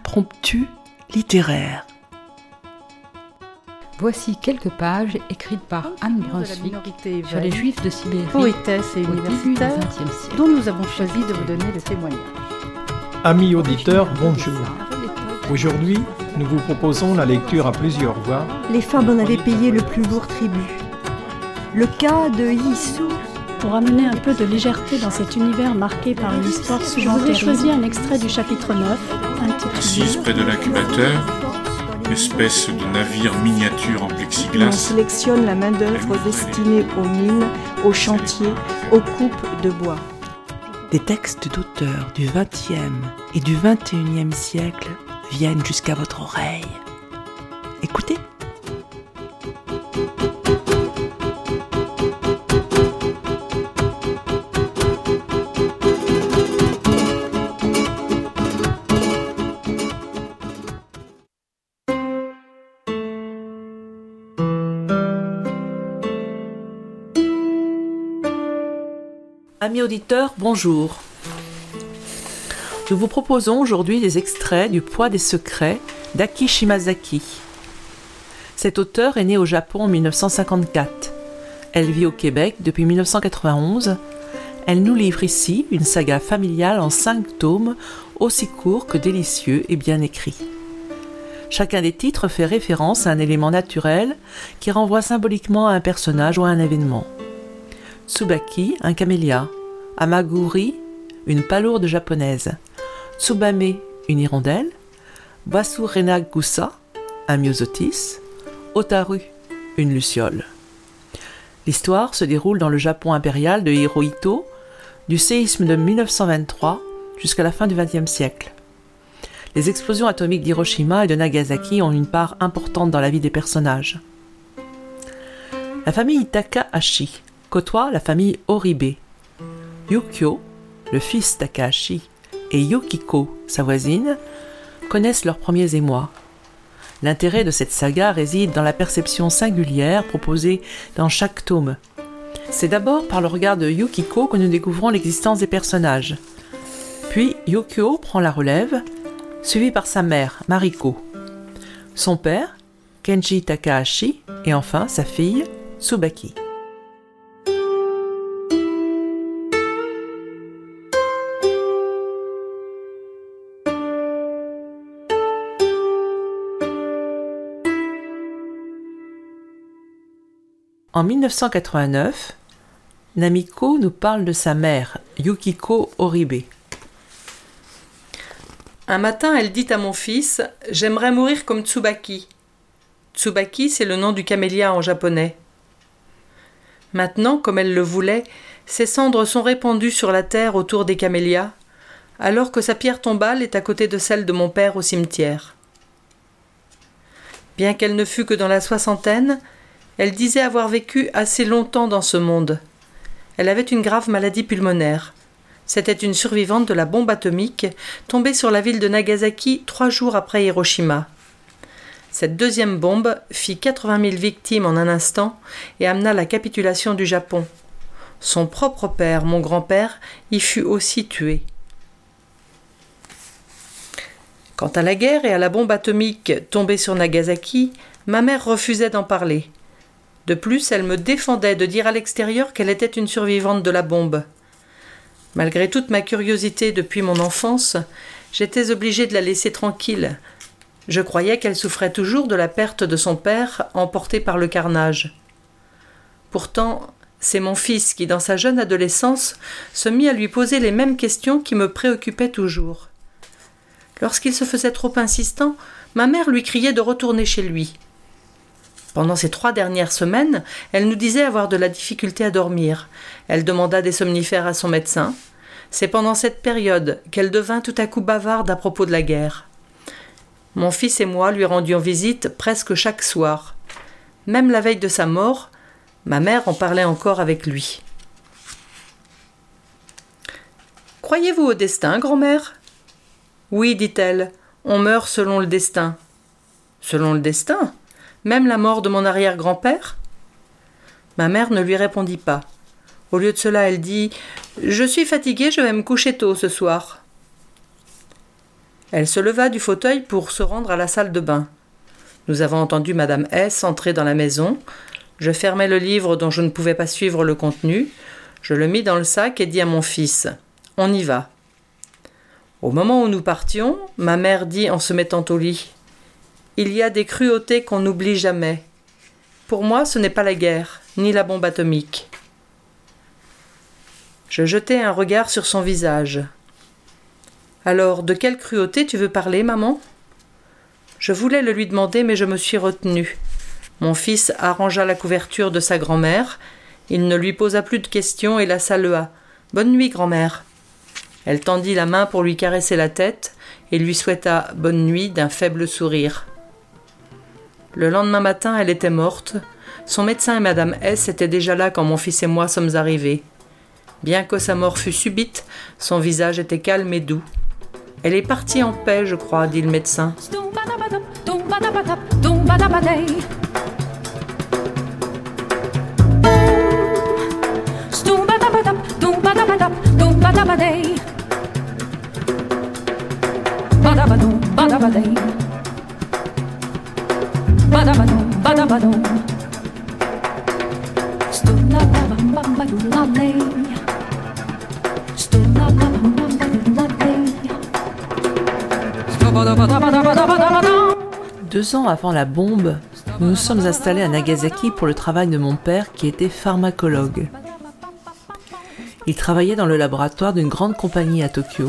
impromptu littéraire. Voici quelques pages écrites par Anne Brunswick sur les Juifs de Sibérie, poétesse et universitaire, dont nous avons choisi de vous donner le témoignage. Amis auditeurs, bonjour. Aujourd'hui, nous vous proposons la lecture à plusieurs voix. Les femmes en avaient payé le plus lourd tribut. Le cas de Yissou. Pour amener un peu de légèreté dans cet univers marqué par une histoire souvent terrible, je vous ai choisi un extrait du chapitre 9, intitulé Assise près de l'incubateur, espèce de navire miniature en plexiglas. On sélectionne la main-d'œuvre destinée aux mines, aux chantiers, aux coupes de bois. Des textes d'auteurs du XXe et du XXIe siècle viennent jusqu'à votre oreille. Écoutez. Amis auditeurs, bonjour. Nous vous proposons aujourd'hui des extraits du Poids des secrets d'Aki Shimazaki. Cet auteur est né au Japon en 1954. Elle vit au Québec depuis 1991. Elle nous livre ici une saga familiale en 5 tomes, aussi courts que délicieux et bien écrits. Chacun des titres fait référence à un élément naturel qui renvoie symboliquement à un personnage ou à un événement. Tsubaki, un camélia. Amaguri, une palourde japonaise. Tsubame, une hirondelle. Wasu-renagusa, un myosotis. Otaru, une luciole. L'histoire se déroule dans le Japon impérial de Hirohito, du séisme de 1923 jusqu'à la fin du XXe siècle. Les explosions atomiques d'Hiroshima et de Nagasaki ont une part importante dans la vie des personnages. La famille Takahashi côtoie la famille Oribe. Yukio, le fils Takahashi, et Yukiko, sa voisine, connaissent leurs premiers émois. L'intérêt de cette saga réside dans la perception singulière proposée dans chaque tome. C'est d'abord par le regard de Yukiko que nous découvrons l'existence des personnages. Puis Yukio prend la relève, suivi par sa mère, Mariko, son père, Kenji Takahashi, et enfin sa fille, Tsubaki. En 1989, Namiko nous parle de sa mère, Yukiko Oribe. Un matin, elle dit à mon fils « J'aimerais mourir comme Tsubaki ». Tsubaki, c'est le nom du camélia en japonais. Maintenant, comme elle le voulait, ses cendres sont répandues sur la terre autour des camélias, alors que sa pierre tombale est à côté de celle de mon père au cimetière. Bien qu'elle ne fût que dans la soixantaine, elle disait avoir vécu assez longtemps dans ce monde. Elle avait une grave maladie pulmonaire. C'était une survivante de la bombe atomique tombée sur la ville de Nagasaki 3 jours après Hiroshima. Cette deuxième bombe fit 80 000 victimes en un instant et amena la capitulation du Japon. Son propre père, mon grand-père, y fut aussi tué. Quant à la guerre et à la bombe atomique tombée sur Nagasaki, ma mère refusait d'en parler. De plus, elle me défendait de dire à l'extérieur qu'elle était une survivante de la bombe. Malgré toute ma curiosité depuis mon enfance, j'étais obligée de la laisser tranquille. Je croyais qu'elle souffrait toujours de la perte de son père, emporté par le carnage. Pourtant, c'est mon fils qui, dans sa jeune adolescence, se mit à lui poser les mêmes questions qui me préoccupaient toujours. Lorsqu'il se faisait trop insistant, ma mère lui criait de retourner chez lui. Pendant ces 3 dernières semaines, elle nous disait avoir de la difficulté à dormir. Elle demanda des somnifères à son médecin. C'est pendant cette période qu'elle devint tout à coup bavarde à propos de la guerre. Mon fils et moi lui rendions visite presque chaque soir. Même la veille de sa mort, ma mère en parlait encore avec lui. « Croyez-vous au destin, grand-mère » ? « Oui, dit-elle, on meurt selon le destin. »« Selon le destin ? Même la mort de mon arrière-grand-père » Ma mère ne lui répondit pas. Au lieu de cela, elle dit « Je suis fatiguée, je vais me coucher tôt ce soir. » Elle se leva du fauteuil pour se rendre à la salle de bain. Nous avons entendu Madame S. entrer dans la maison. Je fermai le livre dont je ne pouvais pas suivre le contenu. Je le mis dans le sac et dis à mon fils « On y va ». Au moment où nous partions, ma mère dit en se mettant au lit « Il y a des cruautés qu'on n'oublie jamais. Pour moi, ce n'est pas la guerre, ni la bombe atomique. » Je jetai un regard sur son visage. « Alors, de quelle cruauté tu veux parler, maman ?» Je voulais le lui demander, mais je me suis retenue. Mon fils arrangea la couverture de sa grand-mère. Il ne lui posa plus de questions et la salua. « Bonne nuit, grand-mère. » Elle tendit la main pour lui caresser la tête et lui souhaita bonne nuit d'un faible sourire. Le lendemain matin, elle était morte. Son médecin et Madame S. étaient déjà là quand mon fils et moi sommes arrivés. Bien que sa mort fût subite, son visage était calme et doux. « Elle est partie en paix, je crois, » dit le médecin. Deux ans avant la bombe, nous nous sommes installés à Nagasaki pour le travail de mon père qui était pharmacologue. Il travaillait dans le laboratoire d'une grande compagnie à Tokyo.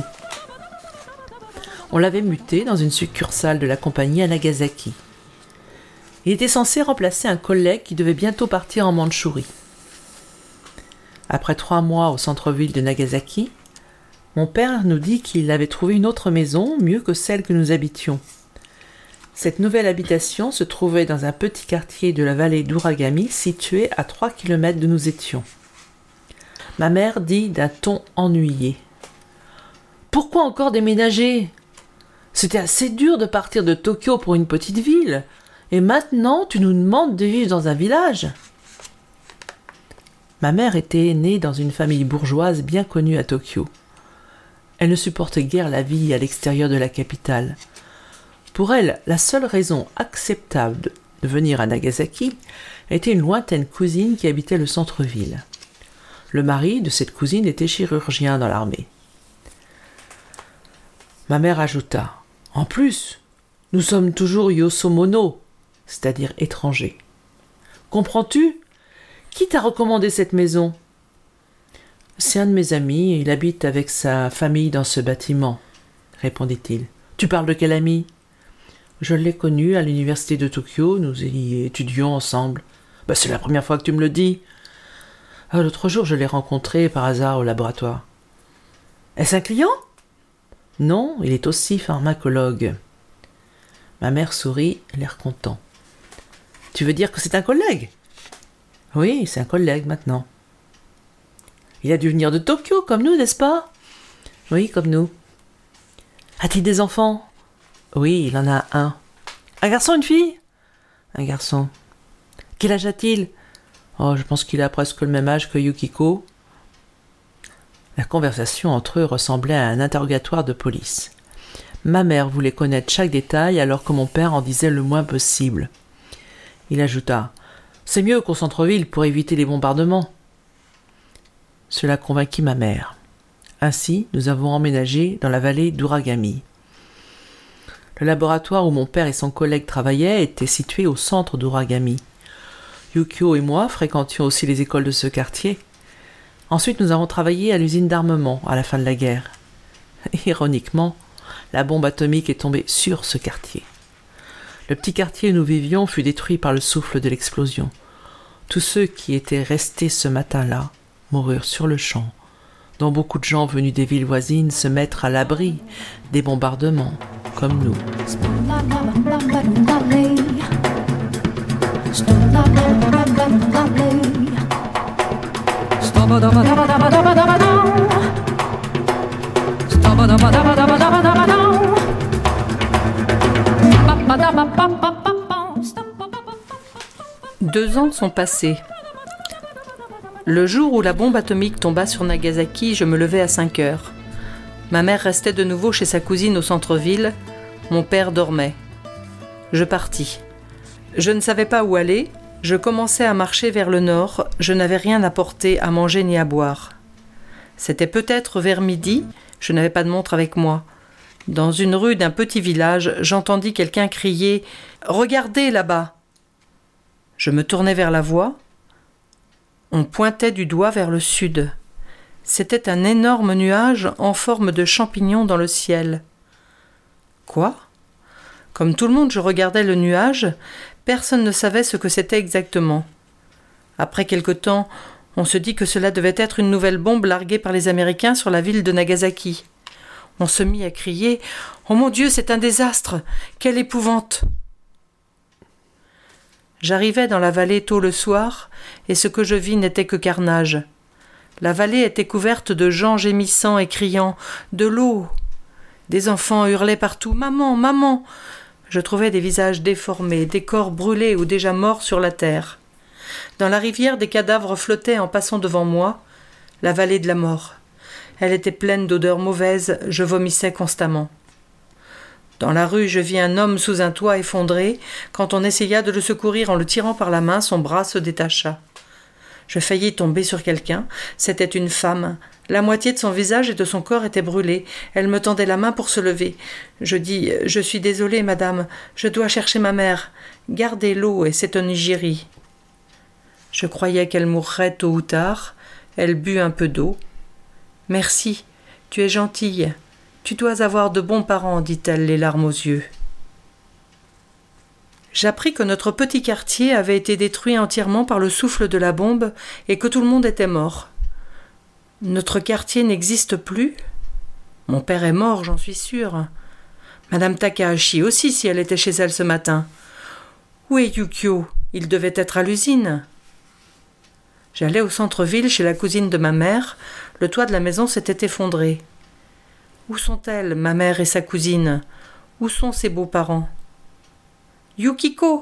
On l'avait muté dans une succursale de la compagnie à Nagasaki. Il était censé remplacer un collègue qui devait bientôt partir en Mandchourie. Après 3 mois au centre-ville de Nagasaki, mon père nous dit qu'il avait trouvé une autre maison mieux que celle que nous habitions. Cette nouvelle habitation se trouvait dans un petit quartier de la vallée d'Uragami situé à 3 km d'où nous étions. Ma mère dit d'un ton ennuyé. « Pourquoi encore déménager ? C'était assez dur de partir de Tokyo pour une petite ville, et maintenant tu nous demandes de vivre dans un village ?» Ma mère était née dans une famille bourgeoise bien connue à Tokyo. Elle ne supportait guère la vie à l'extérieur de la capitale. Pour elle, la seule raison acceptable de venir à Nagasaki était une lointaine cousine qui habitait le centre-ville. Le mari de cette cousine était chirurgien dans l'armée. Ma mère ajouta « En plus, nous sommes toujours yosomono, c'est-à-dire étrangers. Comprends-tu ? Qui t'a recommandé cette maison ? » « C'est un de mes amis, et il habite avec sa famille dans ce bâtiment, » répondit-il. « Tu parles de quel ami ? » « Je l'ai connu à l'université de Tokyo, nous y étudions ensemble. »« C'est la première fois que tu me le dis. » L'autre jour, je l'ai rencontré par hasard au laboratoire. « Est-ce un client ? » ?»« Non, il est aussi pharmacologue. » Ma mère sourit, l'air content. « Tu veux dire que c'est un collègue ? » ?»« Oui, c'est un collègue maintenant. »« Il a dû venir de Tokyo, comme nous, n'est-ce pas ? » ?»« Oui, comme nous. »« A-t-il des enfants ? » ?»« Oui, il en a un. »« Un garçon, une fille ? » ?»« Un garçon. »« Quel âge a-t-il ? » Je pense qu'il a presque le même âge que Yukiko. La conversation entre eux ressemblait à un interrogatoire de police. Ma mère voulait connaître chaque détail alors que mon père en disait le moins possible. Il ajouta « C'est mieux qu'au centre-ville pour éviter les bombardements. » Cela convainquit ma mère. Ainsi, nous avons emménagé dans la vallée d'Uragami. Le laboratoire où mon père et son collègue travaillaient était situé au centre d'Uragami. Yukio et moi fréquentions aussi les écoles de ce quartier. Ensuite, nous avons travaillé à l'usine d'armement à la fin de la guerre. Ironiquement, la bombe atomique est tombée sur ce quartier. Le petit quartier où nous vivions fut détruit par le souffle de l'explosion. Tous ceux qui étaient restés ce matin-là moururent sur le champ, dont beaucoup de gens venus des villes voisines se mettre à l'abri des bombardements, comme nous. Deux ans sont passés. Le jour où la bombe atomique tomba sur Nagasaki, je me levai à 5 heures. Ma mère restait de nouveau chez sa cousine au centre-ville. Mon père dormait. Je partis. Je ne savais pas où aller. Je commençais à marcher vers le nord. Je n'avais rien à porter, à manger ni à boire. C'était peut-être vers midi. Je n'avais pas de montre avec moi. Dans une rue d'un petit village, j'entendis quelqu'un crier « Regardez là-bas !» Je me tournai vers la voie. On pointait du doigt vers le sud. C'était un énorme nuage en forme de champignon dans le ciel. Quoi ? Comme tout le monde, je regardais le nuage. Personne ne savait ce que c'était exactement. Après quelque temps, on se dit que cela devait être une nouvelle bombe larguée par les Américains sur la ville de Nagasaki. On se mit à crier « Oh mon Dieu, c'est un désastre ! Quelle épouvante !» J'arrivais dans la vallée tôt le soir, et ce que je vis n'était que carnage. La vallée était couverte de gens gémissant et criant « De l'eau !» Des enfants hurlaient partout « Maman, maman !» Je trouvais des visages déformés, des corps brûlés ou déjà morts sur la terre. Dans la rivière, des cadavres flottaient en passant devant moi, la vallée de la mort. Elle était pleine d'odeurs mauvaises, je vomissais constamment. Dans la rue, je vis un homme sous un toit effondré. Quand on essaya de le secourir en le tirant par la main, son bras se détacha. Je faillis tomber sur quelqu'un. C'était une femme. La moitié de son visage et de son corps était brûlée. Elle me tendait la main pour se lever. Je dis « Je suis désolée, madame. Je dois chercher ma mère. Gardez l'eau et c'est un nigiri. » Je croyais qu'elle mourrait tôt ou tard. Elle but un peu d'eau. « Merci. Tu es gentille. Tu dois avoir de bons parents, dit-elle, les larmes aux yeux. » J'appris que notre petit quartier avait été détruit entièrement par le souffle de la bombe et que tout le monde était mort. Notre quartier n'existe plus ? Mon père est mort, j'en suis sûre. Madame Takahashi aussi, si elle était chez elle ce matin. Où est Yukio ? Il devait être à l'usine. J'allais au centre-ville chez la cousine de ma mère. Le toit de la maison s'était effondré. Où sont-elles, ma mère et sa cousine ? Où sont ses beaux-parents ? Yukiko !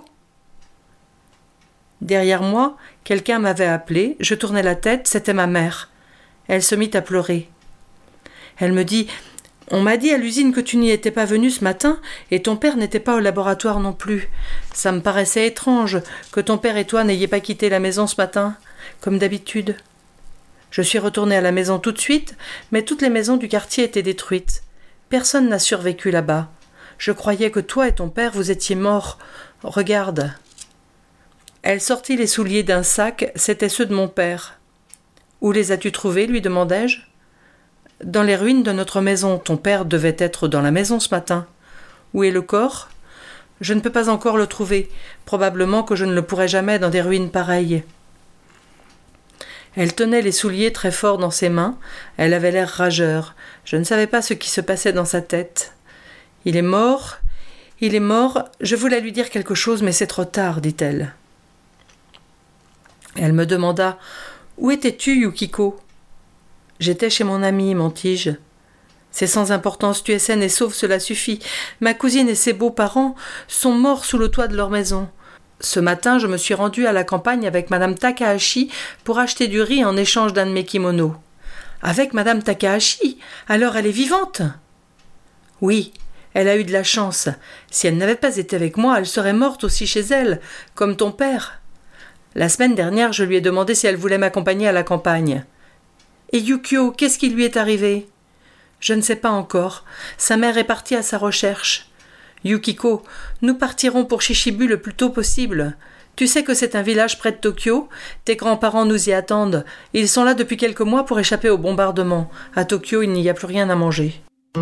Derrière moi, quelqu'un m'avait appelé. Je tournai la tête, c'était ma mère. Elle se mit à pleurer. Elle me dit « On m'a dit à l'usine que tu n'y étais pas venu ce matin et ton père n'était pas au laboratoire non plus. Ça me paraissait étrange que ton père et toi n'ayez pas quitté la maison ce matin, comme d'habitude. » Je suis retournée à la maison tout de suite, mais toutes les maisons du quartier étaient détruites. Personne n'a survécu là-bas. Je croyais que toi et ton père vous étiez morts. Regarde. Elle sortit les souliers d'un sac, c'étaient ceux de mon père. Où les as-tu trouvés, lui demandai-je. Dans les ruines de notre maison, ton père devait être dans la maison ce matin. Où est le corps ? Je ne peux pas encore le trouver. Probablement que je ne le pourrai jamais dans des ruines pareilles. Elle tenait les souliers très fort dans ses mains. Elle avait l'air rageur. Je ne savais pas ce qui se passait dans sa tête. « Il est mort. Je voulais lui dire quelque chose, mais c'est trop tard, dit-elle. » Elle me demanda « Où étais-tu, Yukiko ?» « J'étais chez mon ami, mentis-je. »« C'est sans importance, tu es saine et sauve, cela suffit. Ma cousine et ses beaux-parents sont morts sous le toit de leur maison. Ce matin, je me suis rendue à la campagne avec Madame Takahashi pour acheter du riz en échange d'un de mes kimonos. »« Avec Madame Takahashi ? Alors elle est vivante ?»« Oui, elle a eu de la chance. Si elle n'avait pas été avec moi, elle serait morte aussi chez elle, comme ton père. La semaine dernière, je lui ai demandé si elle voulait m'accompagner à la campagne. » Et Yukio, qu'est-ce qui lui est arrivé ? Je ne sais pas encore. Sa mère est partie à sa recherche. Yukiko, nous partirons pour Shishibu le plus tôt possible. Tu sais que c'est un village près de Tokyo. Tes grands-parents nous y attendent. Ils sont là depuis quelques mois pour échapper au bombardement. À Tokyo, il n'y a plus rien à manger.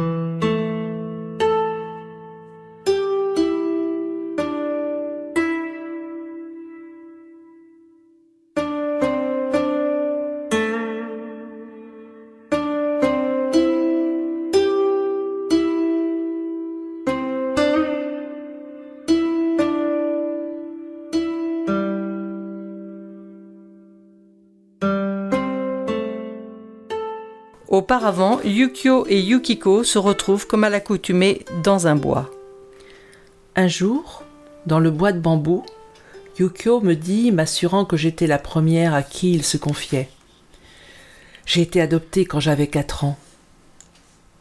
Auparavant, Yukio et Yukiko se retrouvent comme à l'accoutumée dans un bois. Un jour, dans le bois de bambou, Yukio me dit, m'assurant que j'étais la première à qui il se confiait. « J'ai été adoptée quand j'avais 4 ans. »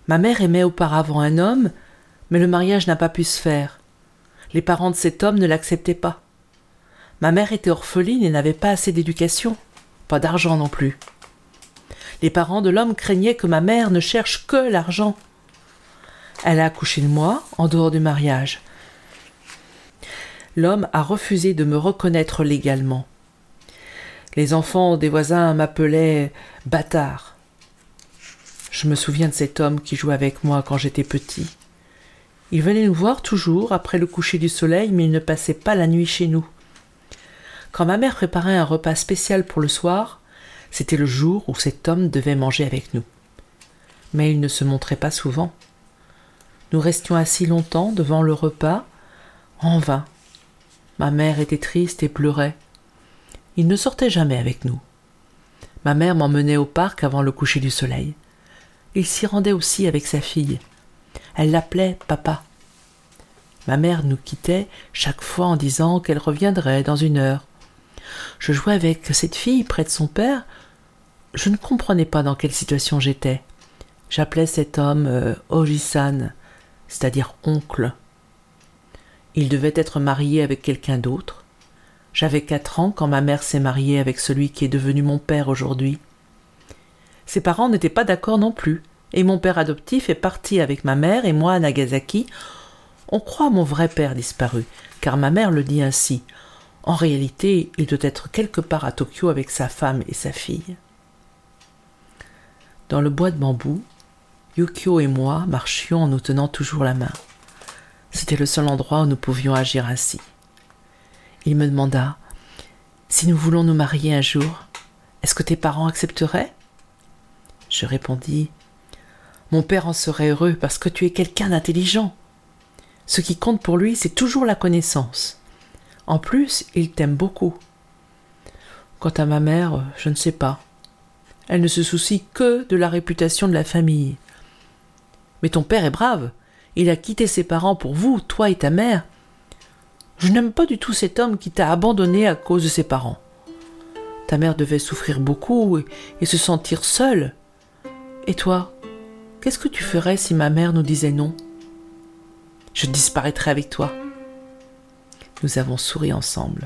Ma mère aimait auparavant un homme, mais le mariage n'a pas pu se faire. Les parents de cet homme ne l'acceptaient pas. Ma mère était orpheline et n'avait pas assez d'éducation, pas d'argent non plus. Les parents de l'homme craignaient que ma mère ne cherche que l'argent. Elle a accouché de moi en dehors du mariage. L'homme a refusé de me reconnaître légalement. Les enfants des voisins m'appelaient « bâtard ». Je me souviens de cet homme qui jouait avec moi quand j'étais petit. Il venait nous voir toujours après le coucher du soleil, mais il ne passait pas la nuit chez nous. Quand ma mère préparait un repas spécial pour le soir, c'était le jour où cet homme devait manger avec nous. Mais il ne se montrait pas souvent. Nous restions assis longtemps devant le repas, en vain. Ma mère était triste et pleurait. Il ne sortait jamais avec nous. Ma mère m'emmenait au parc avant le coucher du soleil. Il s'y rendait aussi avec sa fille. Elle l'appelait papa. Ma mère nous quittait chaque fois en disant qu'elle reviendrait dans 1 heure. Je jouais avec cette fille près de son père. Je ne comprenais pas dans quelle situation j'étais. J'appelais cet homme Oji-san, c'est-à-dire oncle. Il devait être marié avec quelqu'un d'autre. J'avais 4 ans quand ma mère s'est mariée avec celui qui est devenu mon père aujourd'hui. Ses parents n'étaient pas d'accord non plus, et mon père adoptif est parti avec ma mère et moi à Nagasaki. On croit mon vrai père disparu, car ma mère le dit ainsi. En réalité, il doit être quelque part à Tokyo avec sa femme et sa fille. Dans le bois de bambou, Yukio et moi marchions en nous tenant toujours la main. C'était le seul endroit où nous pouvions agir ainsi. Il me demanda « Si nous voulons nous marier un jour, est-ce que tes parents accepteraient ?» Je répondis « Mon père en serait heureux parce que tu es quelqu'un d'intelligent. Ce qui compte pour lui, c'est toujours la connaissance. En plus, il t'aime beaucoup. Quant à ma mère, je ne sais pas. Elle ne se soucie que de la réputation de la famille. Mais ton père est brave. Il a quitté ses parents pour vous, toi et ta mère. Je n'aime pas du tout cet homme qui t'a abandonné à cause de ses parents. Ta mère devait souffrir beaucoup et se sentir seule. Et toi, qu'est-ce que tu ferais si ma mère nous disait non ? Je disparaîtrais avec toi. » Nous avons souri ensemble.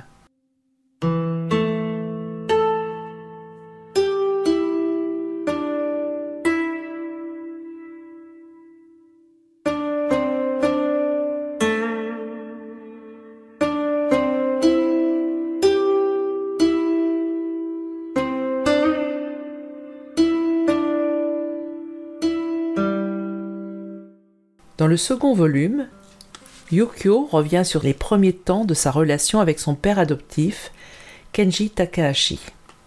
Dans le second volume, Yukio revient sur les premiers temps de sa relation avec son père adoptif, Kenji Takahashi.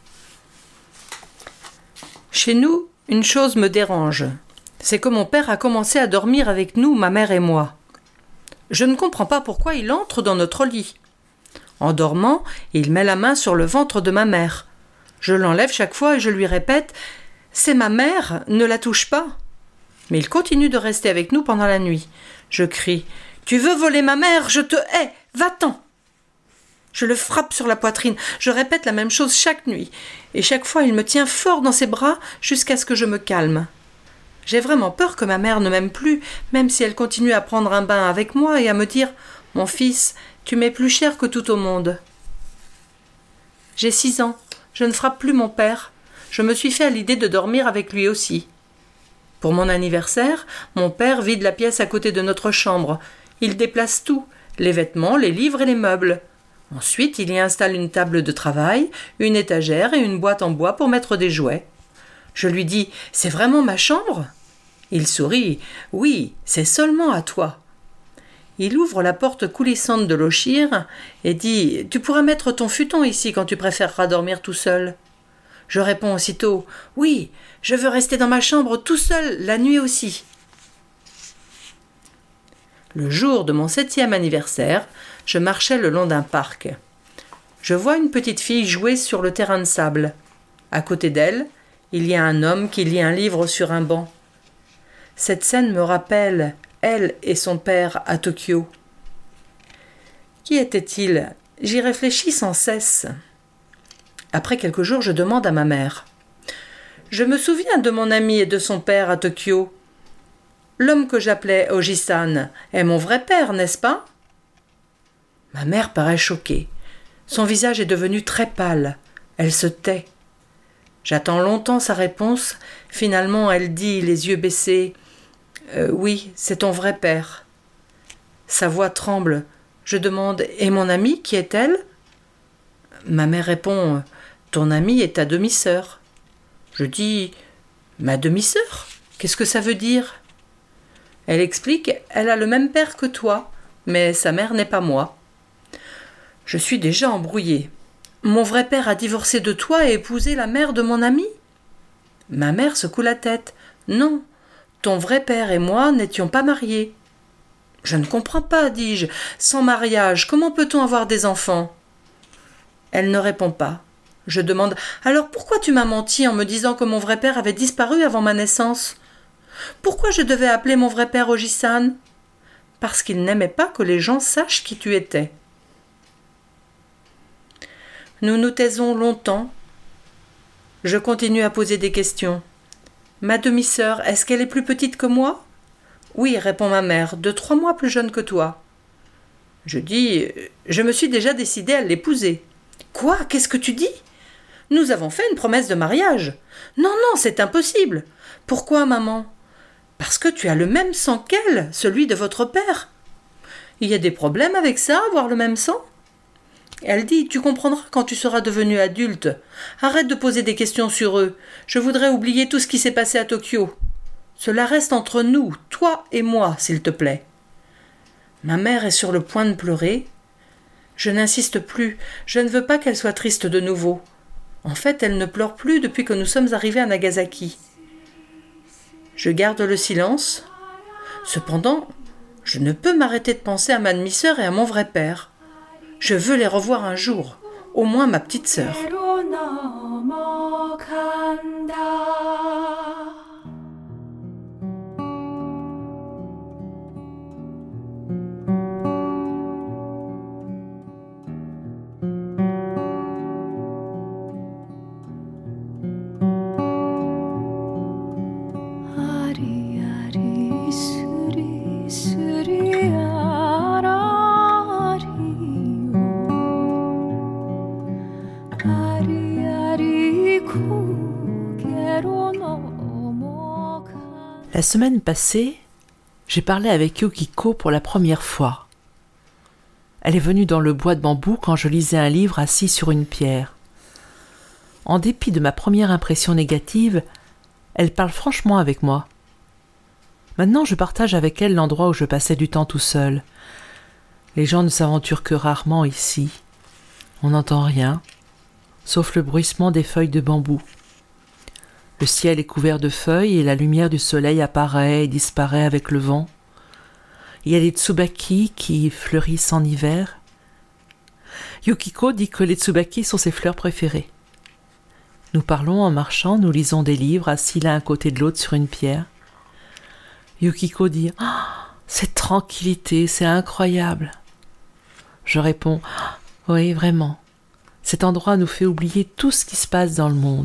Chez nous, une chose me dérange. C'est que mon père a commencé à dormir avec nous, ma mère et moi. Je ne comprends pas pourquoi il entre dans notre lit. En dormant, il met la main sur le ventre de ma mère. Je l'enlève chaque fois et je lui répète « C'est ma mère, ne la touche pas !» Mais il continue de rester avec nous pendant la nuit. Je crie « Tu veux voler ma mère ? Je te hais ! Va-t'en !» Je le frappe sur la poitrine. Je répète la même chose chaque nuit. Et chaque fois, il me tient fort dans ses bras jusqu'à ce que je me calme. J'ai vraiment peur que ma mère ne m'aime plus, même si elle continue à prendre un bain avec moi et à me dire « Mon fils, tu m'es plus cher que tout au monde. » J'ai 6 ans. Je ne frappe plus mon père. Je me suis fait à l'idée de dormir avec lui aussi. Pour mon anniversaire, mon père vide la pièce à côté de notre chambre. Il déplace tout, les vêtements, les livres et les meubles. Ensuite, il y installe une table de travail, une étagère et une boîte en bois pour mettre des jouets. Je lui dis « C'est vraiment ma chambre ?» Il sourit « Oui, c'est seulement à toi. » Il ouvre la porte coulissante de l'Oshir et dit « Tu pourras mettre ton futon ici quand tu préféreras dormir tout seul. » Je réponds aussitôt « Oui, je veux rester dans ma chambre tout seul, la nuit aussi. » Le jour de mon 7e anniversaire, je marchais le long d'un parc. Je vois une petite fille jouer sur le terrain de sable. À côté d'elle, il y a un homme qui lit un livre sur un banc. Cette scène me rappelle elle et son père à Tokyo. Qui était-il ? J'y réfléchis sans cesse. Après quelques jours, je demande à ma mère. « Je me souviens de mon ami et de son père à Tokyo. l'homme que j'appelais Oji-san est mon vrai père, n'est-ce pas ? Ma mère paraît choquée. Son visage est devenu très pâle. Elle se tait. J'attends longtemps sa réponse. Finalement, elle dit, les yeux baissés, « Oui, c'est ton vrai père. » Sa voix tremble. Je demande, « Et mon amie, qui est-elle » Ma mère répond, « Ton amie est ta demi-sœur. » Je dis, « Ma demi-sœur ? Qu'est-ce que ça veut dire ?» Elle explique, « Elle a le même père que toi, mais sa mère n'est pas moi. » Je suis déjà embrouillée. Mon vrai père a divorcé de toi et épousé la mère de mon ami ? Ma mère secoue la tête. Non, ton vrai père et moi n'étions pas mariés. Je ne comprends pas, dis-je. Sans mariage, comment peut-on avoir des enfants ? Elle ne répond pas. Je demande, alors pourquoi tu m'as menti en me disant que mon vrai père avait disparu avant ma naissance ? Pourquoi je devais appeler mon vrai père Oji-san ? Parce qu'il n'aimait pas que les gens sachent qui tu étais. Nous nous taisons longtemps. Je continue à poser des questions. Ma demi-sœur, est-ce qu'elle est plus petite que moi ? Oui, répond ma mère, de 3 mois plus jeune que toi. Je dis, je me suis déjà décidée à l'épouser. Quoi ? Qu'est-ce que tu dis ? Nous avons fait une promesse de mariage. Non, non, c'est impossible. Pourquoi, maman ? Parce que tu as le même sang qu'elle, celui de votre père. Il y a des problèmes avec ça, avoir le même sang ? Elle dit, tu comprendras quand tu seras devenu adulte. Arrête de poser des questions sur eux. Je voudrais oublier tout ce qui s'est passé à Tokyo. Cela reste entre nous, toi et moi, s'il te plaît. Ma mère est sur le point de pleurer. Je n'insiste plus. Je ne veux pas qu'elle soit triste de nouveau. En fait, elle ne pleure plus depuis que nous sommes arrivés à Nagasaki. Je garde le silence. Cependant, je ne peux m'arrêter de penser à ma demi-sœur et à mon vrai père. Je veux les revoir un jour, au moins ma petite sœur. La semaine passée, j'ai parlé avec Yukiko pour la première fois. Elle est venue dans le bois de bambou quand je lisais un livre assis sur une pierre. En dépit de ma première impression négative, elle parle franchement avec moi. Maintenant, je partage avec elle l'endroit où je passais du temps tout seul. Les gens ne s'aventurent que rarement ici. On n'entend rien, sauf le bruissement des feuilles de bambou. Le ciel est couvert de feuilles et la lumière du soleil apparaît et disparaît avec le vent. Il y a les tsubaki qui fleurissent en hiver. Yukiko dit que les tsubaki sont ses fleurs préférées. Nous parlons en marchant, nous lisons des livres assis l'un à côté de l'autre sur une pierre. Yukiko dit « Oh, cette tranquillité, c'est incroyable !» Je réponds « Oui, vraiment. Cet endroit nous fait oublier tout ce qui se passe dans le monde. »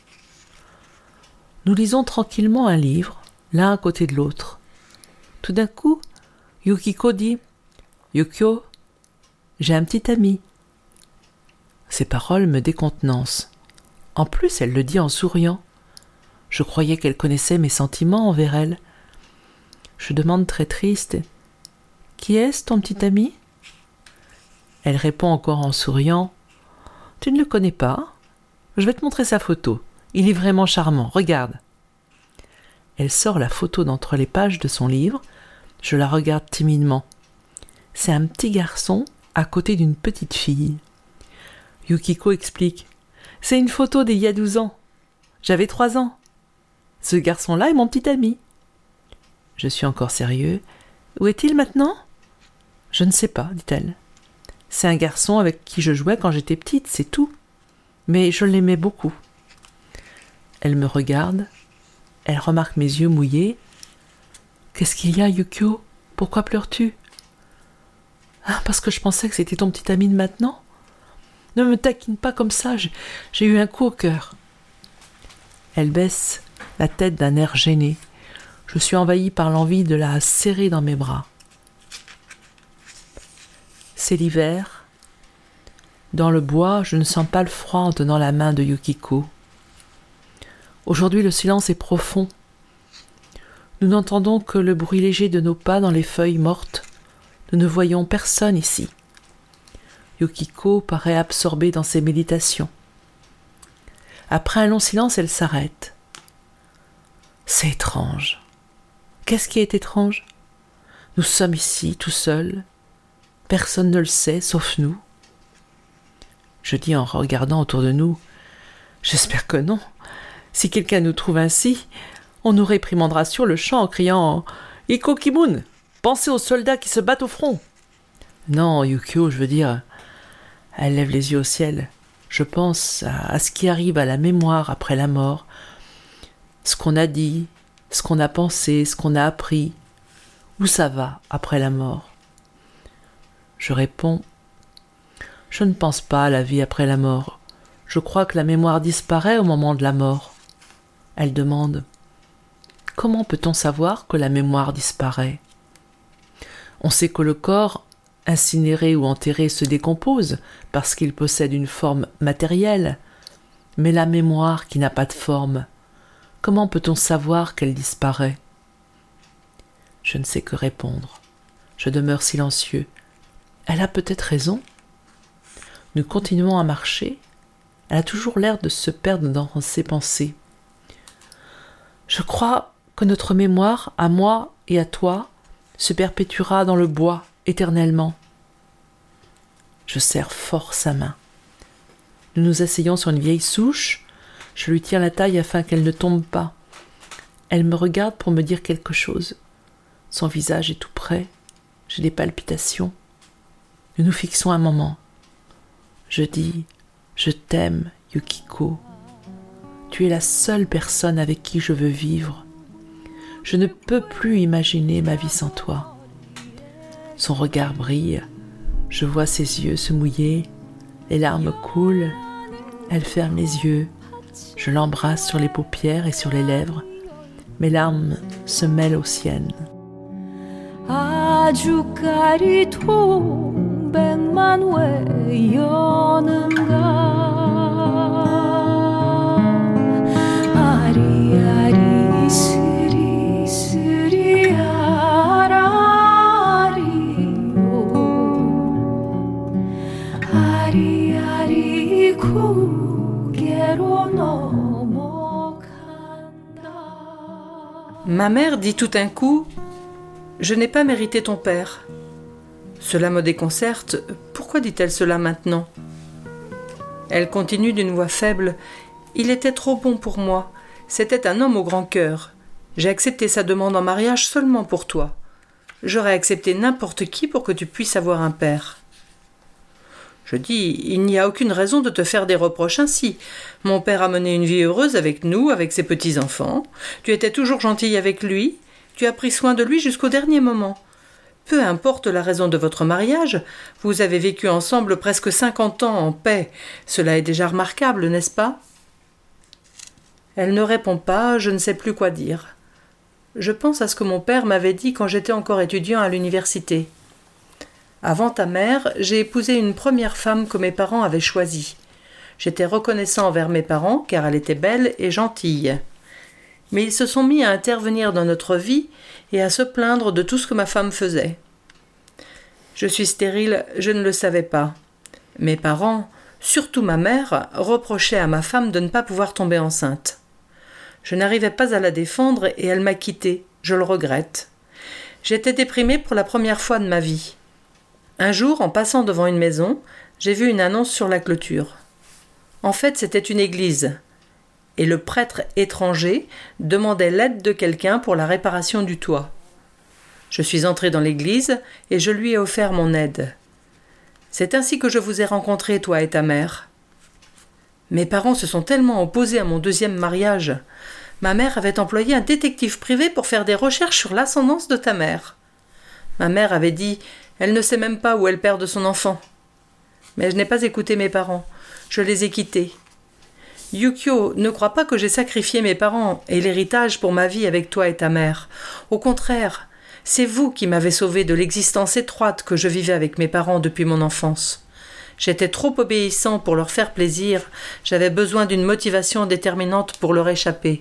Nous lisons tranquillement un livre, l'un à côté de l'autre. Tout d'un coup, Yukiko dit « Yukio, j'ai un petit ami. » Ces paroles me décontenancent. En plus, elle le dit en souriant. Je croyais qu'elle connaissait mes sentiments envers elle. Je demande très triste « Qui est-ce ton petit ami ?» Elle répond encore en souriant « Tu ne le connais pas ? Je vais te montrer sa photo. Il est vraiment charmant, regarde. » Elle sort la photo d'entre les pages de son livre. Je la regarde timidement. C'est un petit garçon à côté d'une petite fille. Yukiko explique. C'est une photo d'il y a 12 ans. J'avais 3 ans. Ce garçon-là est mon petit ami. Je suis encore sérieux. Où est-il maintenant ? Je ne sais pas, dit-elle. C'est un garçon avec qui je jouais quand j'étais petite, c'est tout. Mais je l'aimais beaucoup. Elle me regarde. Elle remarque mes yeux mouillés. « Qu'est-ce qu'il y a, Yukio ? Pourquoi pleures-tu ?»« Ah, parce que je pensais que c'était ton petit ami de maintenant. Ne me taquine pas comme ça, j'ai eu un coup au cœur. » Elle baisse la tête d'un air gêné. Je suis envahie par l'envie de la serrer dans mes bras. C'est l'hiver. Dans le bois, je ne sens pas le froid en tenant la main de Yukiko. Aujourd'hui, le silence est profond. Nous n'entendons que le bruit léger de nos pas dans les feuilles mortes. Nous ne voyons personne ici. Yukiko paraît absorbée dans ses méditations. Après un long silence, elle s'arrête. C'est étrange. Qu'est-ce qui est étrange? Nous sommes ici, tout seuls. Personne ne le sait, sauf nous. Je dis en regardant autour de nous, « J'espère que non. Si quelqu'un nous trouve ainsi, on nous réprimandera sur le champ en criant « Iko Kimun, pensez aux soldats qui se battent au front !» Non, Yukio, je veux dire, elle lève les yeux au ciel. Je pense à ce qui arrive à la mémoire après la mort, ce qu'on a dit, ce qu'on a pensé, ce qu'on a appris. Où ça va après la mort? Je réponds, je ne pense pas à la vie après la mort. Je crois que la mémoire disparaît au moment de la mort. Elle demande, comment peut-on savoir que la mémoire disparaît? On sait que le corps, incinéré ou enterré, se décompose parce qu'il possède une forme matérielle. Mais la mémoire qui n'a pas de forme, comment peut-on savoir qu'elle disparaît? Je ne sais que répondre. Je demeure silencieux. Elle a peut-être raison. Nous continuons à marcher. Elle a toujours l'air de se perdre dans ses pensées. Je crois que notre mémoire, à moi et à toi, se perpétuera dans le bois éternellement. Je serre fort sa main. Nous nous asseyons sur une vieille souche. Je lui tiens la taille afin qu'elle ne tombe pas. Elle me regarde pour me dire quelque chose. Son visage est tout près. J'ai des palpitations. Nous nous fixons un moment. Je dis « Je t'aime, Yukiko. Tu es la seule personne avec qui je veux vivre. Je ne peux plus imaginer ma vie sans toi. » Son regard brille. Je vois ses yeux se mouiller. Les larmes coulent. Elle ferme les yeux. Je l'embrasse sur les paupières et sur les lèvres. Mes larmes se mêlent aux siennes. 아주까리 동백만 외여는가 아리아리 스리스리 아라리요 아리아리 고개로 넘어간다. Ma mère dit tout d'un coup: Je n'ai pas mérité ton père. Cela me déconcerte. Pourquoi dit-elle cela maintenant? Elle continue d'une voix faible. Il était trop bon pour moi. C'était un homme au grand cœur. J'ai accepté sa demande en mariage seulement pour toi. J'aurais accepté n'importe qui pour que tu puisses avoir un père. Je dis, il n'y a aucune raison de te faire des reproches ainsi. Mon père a mené une vie heureuse avec nous, avec ses petits-enfants. Tu étais toujours gentille avec lui. Tu as pris soin de lui jusqu'au dernier moment. Peu importe la raison de votre mariage, vous avez vécu ensemble presque 50 ans en paix. Cela est déjà remarquable, n'est-ce pas? Elle ne répond pas, je ne sais plus quoi dire. Je pense à ce que mon père m'avait dit quand j'étais encore étudiant à l'université. Avant ta mère, j'ai épousé une première femme que mes parents avaient choisie. J'étais reconnaissant envers mes parents car elle était belle et gentille. Mais ils se sont mis à intervenir dans notre vie et à se plaindre de tout ce que ma femme faisait. Je suis stérile, je ne le savais pas. Mes parents, surtout ma mère, reprochaient à ma femme de ne pas pouvoir tomber enceinte. Je n'arrivais pas à la défendre et elle m'a quittée. Je le regrette. J'étais déprimée pour la première fois de ma vie. Un jour, en passant devant une maison, j'ai vu une annonce sur la clôture. En fait, c'était une église. Et le prêtre étranger demandait l'aide de quelqu'un pour la réparation du toit. Je suis entrée dans l'église et je lui ai offert mon aide. C'est ainsi que je vous ai rencontrés, toi et ta mère. Mes parents se sont tellement opposés à mon deuxième mariage. Ma mère avait employé un détective privé pour faire des recherches sur l'ascendance de ta mère. Ma mère avait dit « Elle ne sait même pas où est le père de son enfant ». Mais je n'ai pas écouté mes parents. Je les ai quittés. Yukio, ne crois pas que j'ai sacrifié mes parents et l'héritage pour ma vie avec toi et ta mère. Au contraire, c'est vous qui m'avez sauvé de l'existence étroite que je vivais avec mes parents depuis mon enfance. J'étais trop obéissant pour leur faire plaisir, j'avais besoin d'une motivation déterminante pour leur échapper.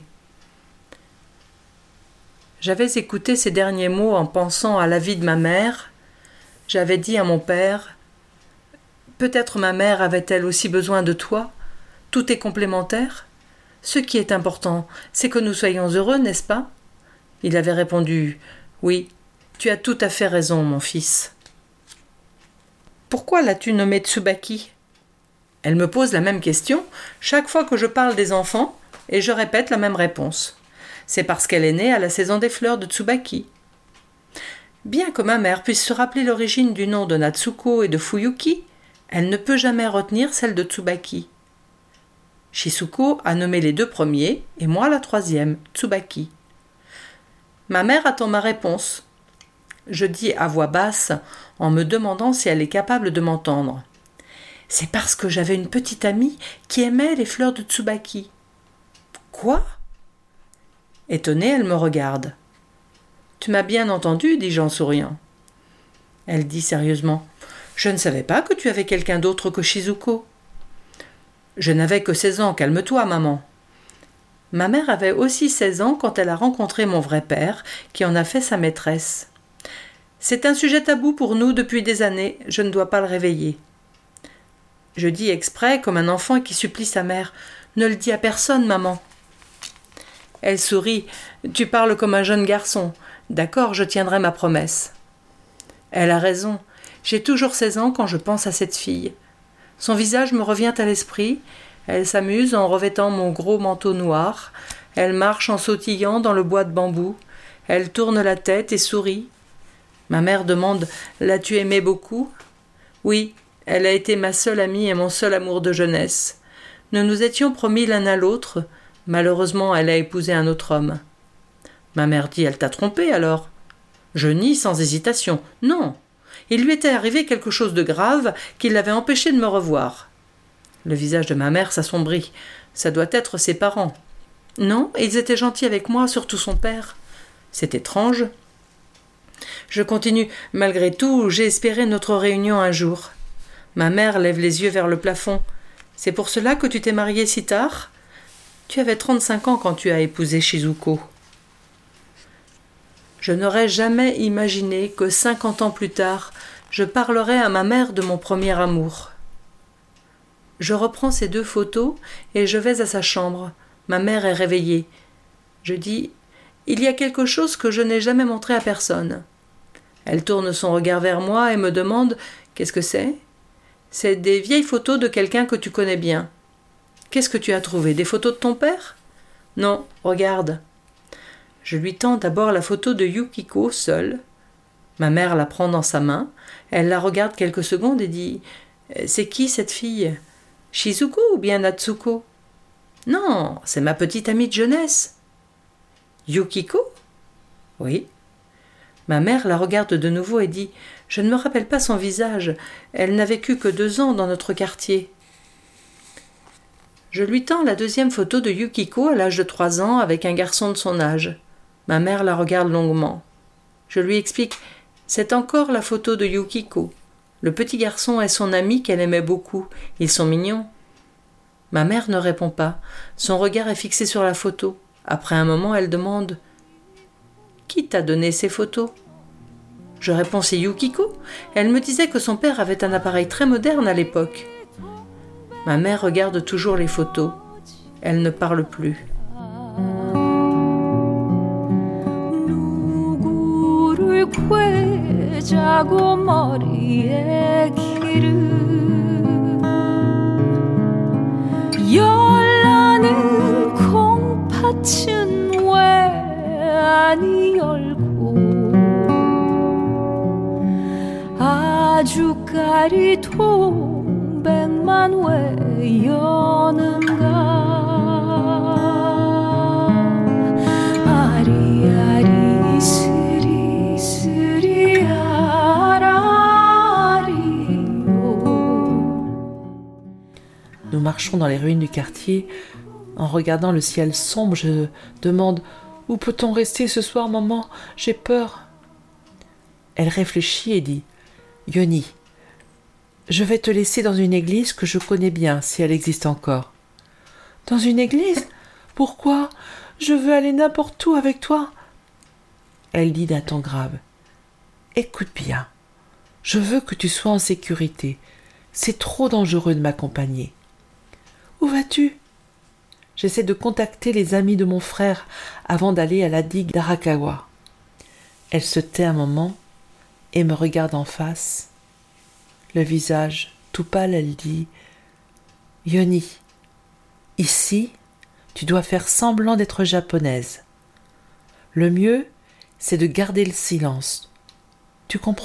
J'avais écouté ces derniers mots en pensant à la vie de ma mère. J'avais dit à mon père « Peut-être ma mère avait-elle aussi besoin de toi ? Tout est complémentaire. Ce qui est important, c'est que nous soyons heureux, n'est-ce pas ?» Il avait répondu « Oui, tu as tout à fait raison, mon fils. » « Pourquoi l'as-tu nommée Tsubaki ?» Elle me pose la même question chaque fois que je parle des enfants et je répète la même réponse. C'est parce qu'elle est née à la saison des fleurs de Tsubaki. Bien que ma mère puisse se rappeler l'origine du nom de Natsuko et de Fuyuki, elle ne peut jamais retenir celle de Tsubaki. Shizuko a nommé les 2 premiers et moi la 3e, Tsubaki. Ma mère attend ma réponse. Je dis à voix basse en me demandant si elle est capable de m'entendre. C'est parce que j'avais une petite amie qui aimait les fleurs de Tsubaki. Quoi ? Étonnée, elle me regarde. Tu m'as bien entendu, dis-je en souriant. Elle dit sérieusement. Je ne savais pas que tu avais quelqu'un d'autre que Shizuko. Je n'avais que 16 ans, calme-toi, maman. Ma mère avait aussi 16 ans quand elle a rencontré mon vrai père, qui en a fait sa maîtresse. C'est un sujet tabou pour nous depuis des années, je ne dois pas le réveiller. Je dis exprès, comme un enfant qui supplie sa mère. Ne le dis à personne, maman. Elle sourit. Tu parles comme un jeune garçon. D'accord, je tiendrai ma promesse. Elle a raison. J'ai toujours 16 ans quand je pense à cette fille. Son visage me revient à l'esprit. Elle s'amuse en revêtant mon gros manteau noir. Elle marche en sautillant dans le bois de bambou. Elle tourne la tête et sourit. Ma mère demande « L'as-tu aimée beaucoup ?» Oui, elle a été ma seule amie et mon seul amour de jeunesse. Nous nous étions promis l'un à l'autre. Malheureusement, elle a épousé un autre homme. Ma mère dit « Elle t'a trompé alors ?» Je nie sans hésitation. Non, il lui était arrivé quelque chose de grave qui l'avait empêché de me revoir. Le visage de ma mère s'assombrit. Ça doit être ses parents. Non, ils étaient gentils avec moi, surtout son père. C'est étrange. Je continue. Malgré tout, j'ai espéré notre réunion un jour. Ma mère lève les yeux vers le plafond. C'est pour cela que tu t'es mariée si tard ? Tu avais 35 ans quand tu as épousé Shizuko. Je n'aurais jamais imaginé que 50 ans plus tard, je parlerais à ma mère de mon premier amour. Je reprends ces 2 photos et je vais à sa chambre. Ma mère est réveillée. Je dis « Il y a quelque chose que je n'ai jamais montré à personne. » Elle tourne son regard vers moi et me demande « Qu'est-ce que c'est ?» C'est des vieilles photos de quelqu'un que tu connais bien. Qu'est-ce que tu as trouvé? Des photos de ton père? Non, regarde. Je lui tends d'abord la photo de Yukiko seule. Ma mère la prend dans sa main. Elle la regarde quelques secondes et dit « C'est qui cette fille? Shizuko ou bien Natsuko? » Non, c'est ma petite amie de jeunesse. Yukiko? Oui. Ma mère la regarde de nouveau et dit « Je ne me rappelle pas son visage. Elle n'a vécu que 2 ans dans notre quartier. » Je lui tends la 2e photo de Yukiko à l'âge de 3 ans avec un garçon de son âge. Ma mère la regarde longuement. Je lui explique « C'est encore la photo de Yukiko. Le petit garçon est son ami qu'elle aimait beaucoup. Ils sont mignons. » Ma mère ne répond pas. Son regard est fixé sur la photo. Après un moment, elle demande « Qui t'a donné ces photos ?» Je réponds « C'est Yukiko. Elle me disait que son père avait un appareil très moderne à l'époque. » Ma mère regarde toujours les photos. Elle ne parle plus. Nous marchons dans les ruines du quartier, en regardant le ciel sombre, je demande « Où peut-on rester ce soir, maman? J'ai peur. » Elle réfléchit et dit « Yoni, je vais te laisser dans une église que je connais bien, si elle existe encore. »« Dans une église? Pourquoi? Je veux aller n'importe où avec toi. » Elle dit d'un ton grave « Écoute bien, je veux que tu sois en sécurité. C'est trop dangereux de m'accompagner. »« Où vas-tu? » ?»« J'essaie de contacter les amis de mon frère avant d'aller à la digue d'Arakawa. » Elle se tait un moment et me regarde en face. Le visage tout pâle, elle dit « Yoni, ici, tu dois faire semblant d'être japonaise. Le mieux, c'est de garder le silence. Tu comprends ?»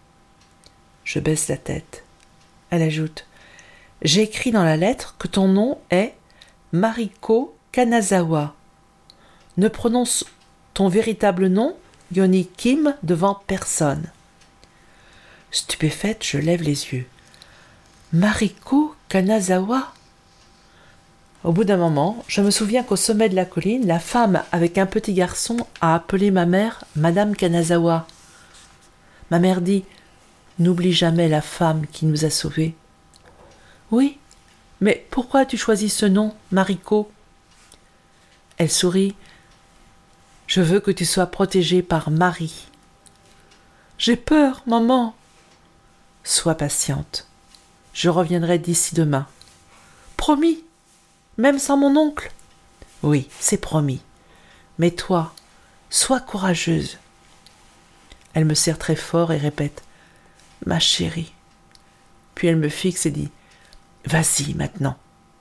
Je baisse la tête. Elle ajoute « J'ai écrit dans la lettre que ton nom est Mariko Kanazawa. Ne prononce ton véritable nom, Yoni Kim, devant personne. » Stupéfaite, je lève les yeux. « Mariko Kanazawa ?» Au bout d'un moment, je me souviens qu'au sommet de la colline, la femme avec un petit garçon a appelé ma mère Madame Kanazawa. Ma mère dit « N'oublie jamais la femme qui nous a sauvés. » « Oui, mais pourquoi as-tu choisi ce nom, Mariko ?» Elle sourit. « Je veux que tu sois protégée par Marie. »« J'ai peur, maman. » »« Sois patiente. Je reviendrai d'ici demain. »« Promis, même sans mon oncle ?»« Oui, c'est promis. Mais toi, sois courageuse. » Elle me serre très fort et répète « Ma chérie. » Puis elle me fixe et dit « Vas-y maintenant. »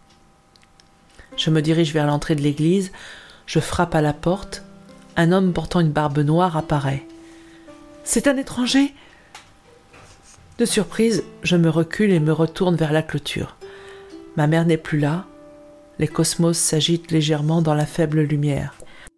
Je me dirige vers l'entrée de l'église, je frappe à la porte. Un homme portant une barbe noire apparaît. « C'est un étranger !» De surprise, je me recule et me retourne vers la clôture. Ma mère n'est plus là. Les cosmos s'agitent légèrement dans la faible lumière.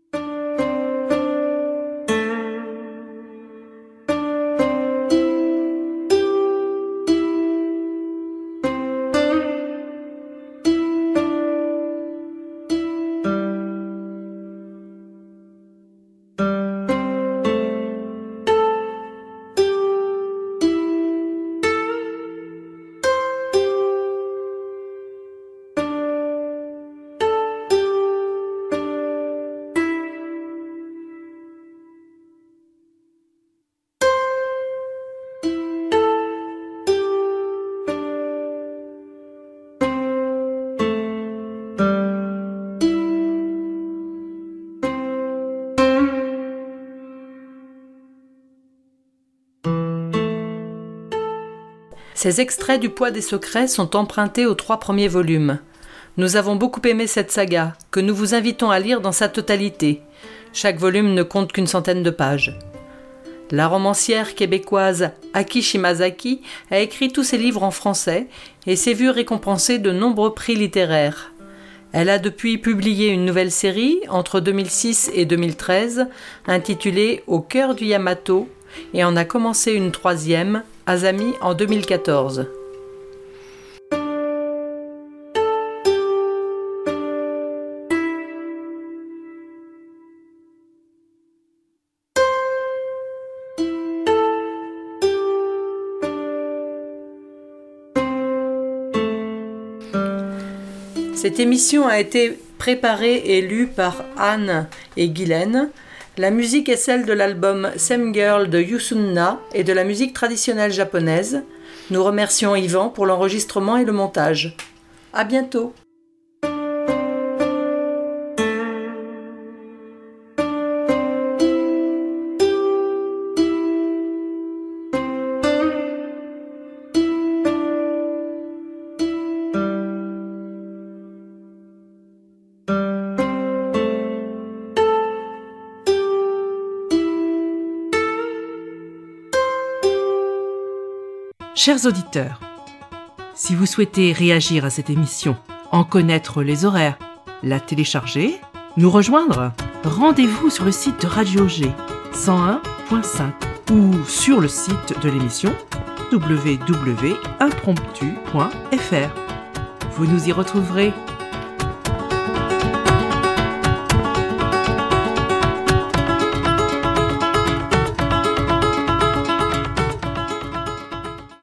Ces extraits du Poids des secrets sont empruntés aux 3 premiers volumes. Nous avons beaucoup aimé cette saga, que nous vous invitons à lire dans sa totalité. Chaque volume ne compte qu'une centaine de pages. La romancière québécoise Aki Shimazaki a écrit tous ses livres en français et s'est vue récompensée de nombreux prix littéraires. Elle a depuis publié une nouvelle série entre 2006 et 2013 intitulée « Au cœur du Yamato » et en a commencé une 3e, Azami, en 2014. Cette émission a été préparée et lue par Anne et Guylaine. La musique est celle de l'album Same Girl de Yusunna et de la musique traditionnelle japonaise. Nous remercions Yvan pour l'enregistrement et le montage. À bientôt. Chers auditeurs, si vous souhaitez réagir à cette émission, en connaître les horaires, la télécharger, nous rejoindre, rendez-vous sur le site de Radio G 101.5 ou sur le site de l'émission www.impromptu.fr. Vous nous y retrouverez